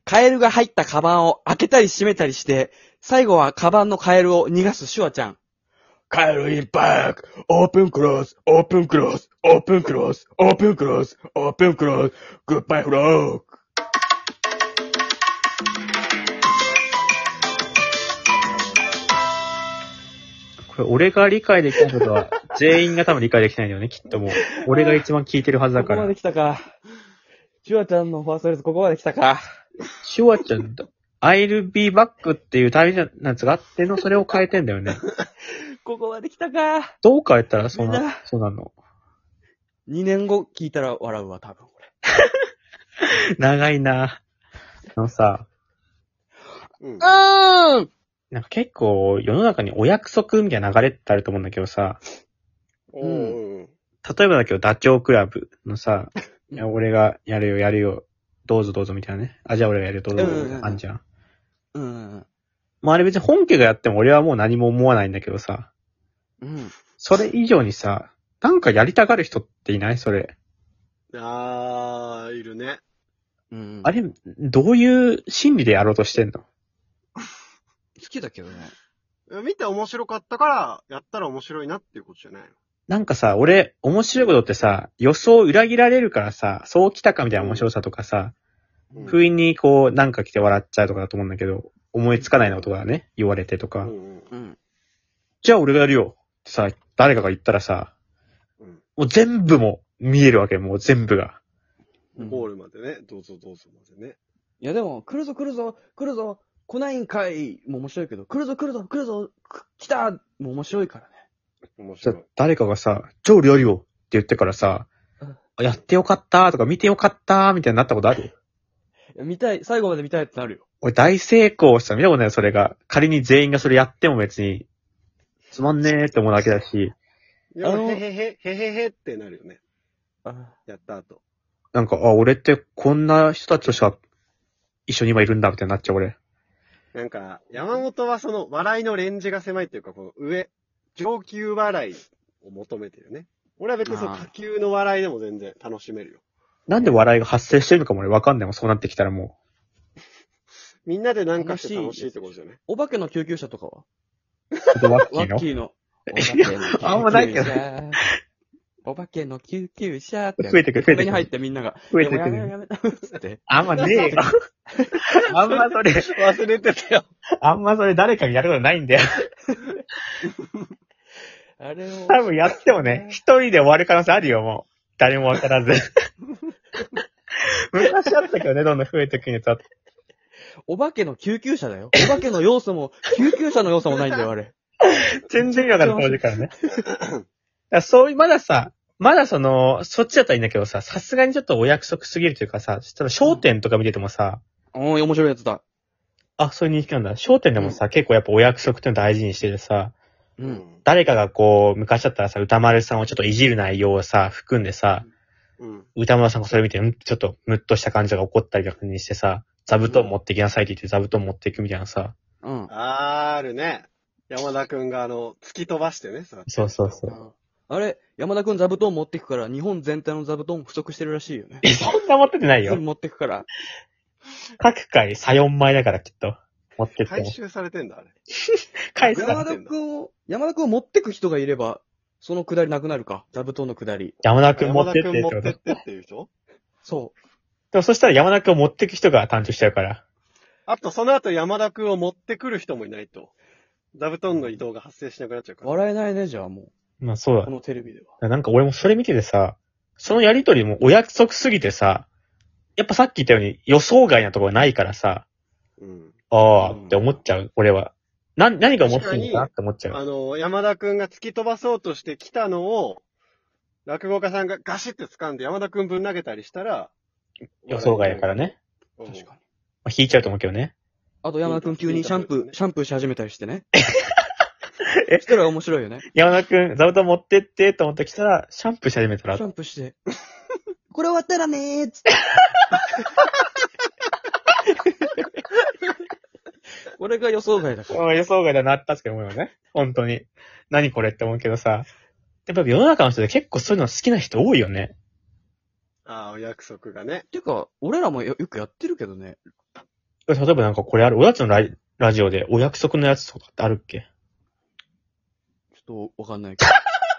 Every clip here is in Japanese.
カエルが入ったカバンを開けたり閉めたりして、最後はカバンのカエルを逃がすシュワちゃん。カエルインバック、オープンクローズ、オープンクローズ、オープンクローズ、オープンクローズ、オープンクローズ、グッバイフローク。 これ俺が理解できないことは、全員が多分理解できないんだよね、きっともう。俺が一番聞いてるはずだから。 ここまで来たか。シュワちゃんのファーストレースここまで来たか。 シュワちゃんと、I'll be back っていう旅のやつがあっての、それを変えてんだよね。 ここまで来たか。 どう変えたらそうみんななの。 2年後聞いたら笑うわ、多分これ。 長いな。さ、なんか結構世の中にお約束みたいな流れってあると思うんだけどさ、例えばだけどダチョウ倶楽部のさ、いや俺がやるよ、どうぞどうぞみたいなね。あ、じゃあ俺がやるよ、どうぞどうぞみたいなあんじゃん。まああれ別に本家がやっても俺はもう何も思わないんだけどさ、それ以上にさ、なんかやりたがる人っていないそれ。 いるね。 あれ、どういう心理でやろうとしてんの？ 好きだけどね。 見て面白かったから、やったら面白いなっていうことじゃないの？ なんかさ、俺、面白いことってさ、予想を裏切られるからさ、そう来たかみたいな面白さとかさ、不意にこう、なんか来て笑っちゃうとかだと思うんだけど、思いつかないのとかね、言われてとか。じゃあ俺がやるよってさ、誰かが言ったらさ、もう全部も見えるわけ、もう全部が。 ゴールまでね、どうぞどうぞまでね。 いやでも、来るぞ、来ないんかいも面白いけど、来るぞ、来たも面白いからね。 面白い。 誰かがさ、じゃあ俺やるよって言ってからさ、やってよかったとか見てよかったみたいになったことある？ 見たい、最後まで見たいってなるよ。 俺大成功したら見たことないよ、それが。仮に全員がそれやっても別に、つまんねーって思うだけだし。 いや、へへってなるよね。やった後。 なんか、俺ってこんな人たちとしか一緒に今いるんだみたいになっちゃう俺。 なんか、山本はその笑いのレンジが狭いっていうか、この上級笑いを求めてるね。俺は別に下級の笑いでも全然楽しめるよ。 なんで笑いが発生してるのかも俺わかんないもん、そうなってきたらもう。みんなでなんかして楽しいってことじゃない？ お化けの救急車とかはワッキーのあんまないけど。 お化けの救急車って。 増えてくる。 に入ってみんなが。 増えてくる。 やめって。 あんまねえよ。あんまそれ。 忘れてたよ。 あんまそれ誰かにやることないんだよ。 あれを。 多分やってもね、一人で終わる可能性あるよ、もう。誰もわからず。昔あったけどね、どんどん増えてくるやつあった。 お化けの救急車だよ。お化けの要素も、救急車の要素もないんだよ、あれ。 全然意味わかんない当時からね。そういう、まだそっちだったらいいんだけどさ、さすがにちょっとお約束すぎるというかさ、例えば焦点とか見ててもさ、 面白いやつだ。 あ、そういう認識なんだ。焦点でもさ、結構やっぱお約束っていうの大事にしてるさ、 うん。 誰かがこう、昔だったらさ、歌丸さんをちょっといじる内容をさ、含んでさ、歌丸さんがそれ見て、ちょっとムッとした感じが起こったりとかにしてさ、座布団持ってきなさいって言って座布団持っていくみたいなさ。 あるね。山田くんが突き飛ばしてね。 そうそうそう。 あれ、山田くん座布団持ってくから、日本全体の座布団不足してるらしいよね。 そんな持っててないよ。 全部持ってくから。 各回3、4枚だからきっと。持ってって。 回収されてんだ、あれ。 回収されてんだ。山田くんを持ってく人がいれば、そのくだりなくなるか。座布団のくだり。 山田くん持ってって持ってってっていう人？ そう。 でもそしたら山田くんを持ってく人が担当しちゃうから。 あと、その後山田くんを持ってくる人もいないと。座布団の移動が発生しなくなっちゃうから。 笑えないね、じゃあもう。 まあそうだ。 このテレビでは。 なんか俺もそれ見ててさ、そのやりとりもお約束すぎてさ、やっぱさっき言ったように予想外なところないからさ、あーって思っちゃう、俺は。何が思ってんのかなって思っちゃう。 山田くんが突き飛ばそうとしてきたのを、落語家さんがガシッて掴んで山田くんぶん投げたりしたら、 予想外やからね。 確かに。 まあ、引いちゃうと思うけどね。 あと山田くん急にシャンプーし始めたりしてね。そしたら面白いよね。 山田くん、座布団持ってってと思ってきたら、シャンプーし始めたら。 シャンプーして。これ終わったらねーっつって。これが予想外だから。 予想外だなって確かに思うよね。本当に。何これって思うけどさ。やっぱ世の中の人で結構そういうの好きな人多いよね。 ああ、お約束がね。 てか、俺らもよくやってるけどね。 例えばなんかこれある、おやつのラジオでお約束のやつとかってあるっけ？ ちょっとわかんないけど。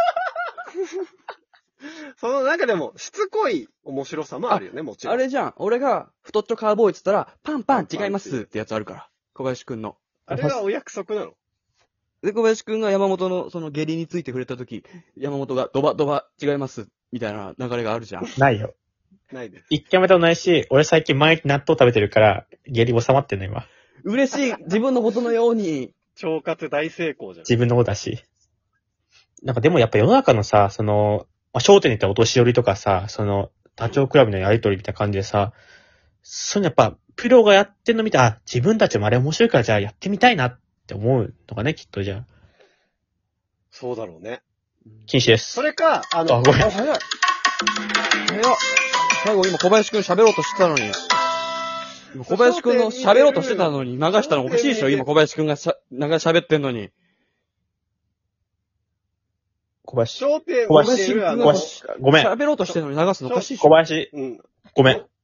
その中でも、しつこい面白さもあるよね、もちろん。 あれじゃん。俺が太っちょカーボーイって言ったら、パンパン違いますってやつあるから。小林くんの。 あれがお約束なの？ で、小林くんが山本のその下痢について触れたとき、山本がドバドバ違いますみたいな流れがあるじゃん。 ないよ。 ないです。 一回もやったことないし、俺最近毎日納豆食べてるから、下痢収まってんの今。 嬉しい。自分のことのように。 腸活大成功じゃん。 自分のことだし。なんかでもやっぱ世の中のさ、その、まあ、商店に行ったお年寄りとかさ、その、ダチョウ倶楽部のやりとりみたいな感じでさ、そういうのやっぱ、プロがやってんの見て、あ、自分たちもあれ面白いからじゃあやってみたいなって思うのかね、きっとじゃあ。 そうだろうね。 禁止です。 それか、 あ、ごめん。 早い。早っ。最後今小林くん喋ろうとしてたのに。今小林くんの喋ろうとしてたのに流したのおかしいでしょ今小林くんが喋ってんのに。 小林。 焦点小林見てる小林、ごめん。 喋ろうとしてるのに流すのおかしいでしょ小林、 うん。 ごめん。